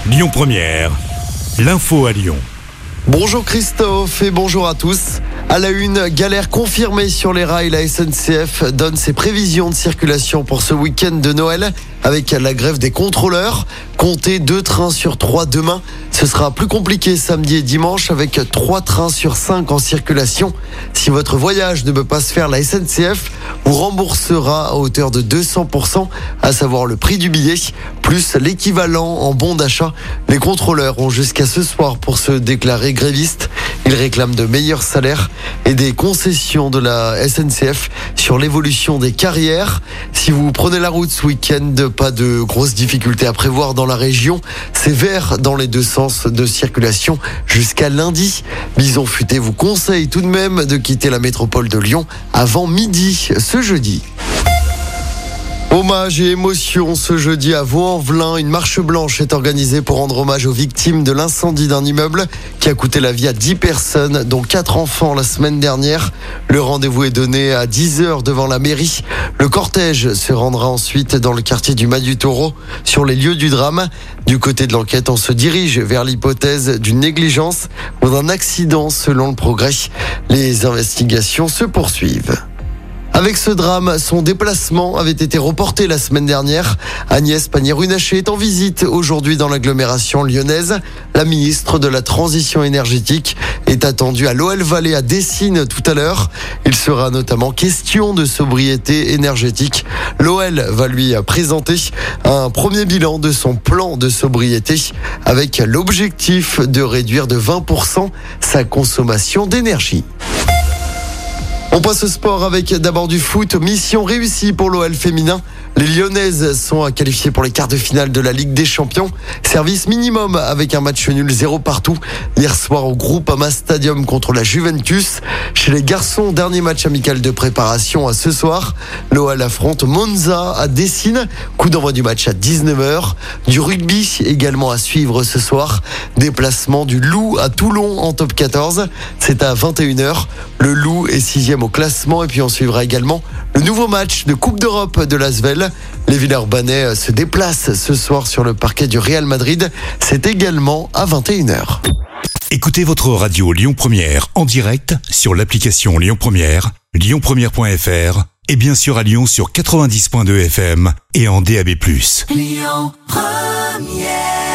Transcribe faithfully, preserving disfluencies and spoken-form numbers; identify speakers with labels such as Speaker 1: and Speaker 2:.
Speaker 1: Lyon Première, l'info à Lyon.
Speaker 2: Bonjour Christophe et bonjour à tous. À la une, galère confirmée sur les rails. La S N C F donne ses prévisions de circulation pour ce week-end de Noël avec la grève des contrôleurs. Comptez deux trains sur trois demain. Ce sera plus compliqué samedi et dimanche avec trois trains sur cinq en circulation. Si votre voyage ne peut pas se faire, la S N C F vous remboursera à hauteur de deux cents pour cent, à savoir le prix du billet, plus l'équivalent en bon d'achat. Les contrôleurs ont jusqu'à ce soir pour se déclarer grévistes. Ils réclament de meilleurs salaires et des concessions de la S N C F sur l'évolution des carrières. Si vous prenez la route ce week-end, pas de grosses difficultés à prévoir dans la région. C'est vert dans les deux sens de circulation jusqu'à lundi. Bison Futé vous conseille tout de même de quitter la métropole de Lyon avant midi ce jeudi. Hommage et émotion ce jeudi à Vaux-en-Velin. Une marche blanche est organisée pour rendre hommage aux victimes de l'incendie d'un immeuble qui a coûté la vie à dix personnes, dont quatre enfants la semaine dernière. Le rendez-vous est donné à dix heures devant la mairie. Le cortège se rendra ensuite dans le quartier du Mas du Taureau sur les lieux du drame. Du côté de l'enquête, on se dirige vers l'hypothèse d'une négligence ou d'un accident selon le progrès. Les investigations se poursuivent. Avec ce drame, son déplacement avait été reporté la semaine dernière. Agnès Pannier-Runacher est en visite aujourd'hui dans l'agglomération lyonnaise. La ministre de la Transition énergétique est attendue à l'O L Valley à Dessines tout à l'heure. Il sera notamment question de sobriété énergétique. L'O L va lui présenter un premier bilan de son plan de sobriété avec l'objectif de réduire de vingt pour cent sa consommation d'énergie. On passe au sport avec d'abord du foot. Mission réussie pour l'O L féminin. Les Lyonnaises sont qualifiées pour les quarts de finale de la Ligue des Champions. Service minimum avec un match nul zéro partout hier soir au Groupama Stadium contre la Juventus. Chez les garçons, dernier match amical de préparation à ce soir. L'O L affronte Monza à Dessines. Coup d'envoi du match à dix-neuf heures. Du rugby également à suivre ce soir. Déplacement du Loup à Toulon en top quatorze. C'est à vingt et une heures. Le Loup est sixième au classement et puis on suivra également le nouveau match de Coupe d'Europe de l'Asvel. Les Villeurbanais se déplacent ce soir sur le parquet du Real Madrid. C'est également à vingt et une heures.
Speaker 1: Écoutez votre radio Lyon Première en direct sur l'application Lyon Première, lyon première point f r et bien sûr à Lyon sur quatre-vingt-dix point deux F M et en D A B plus. Lyon Première.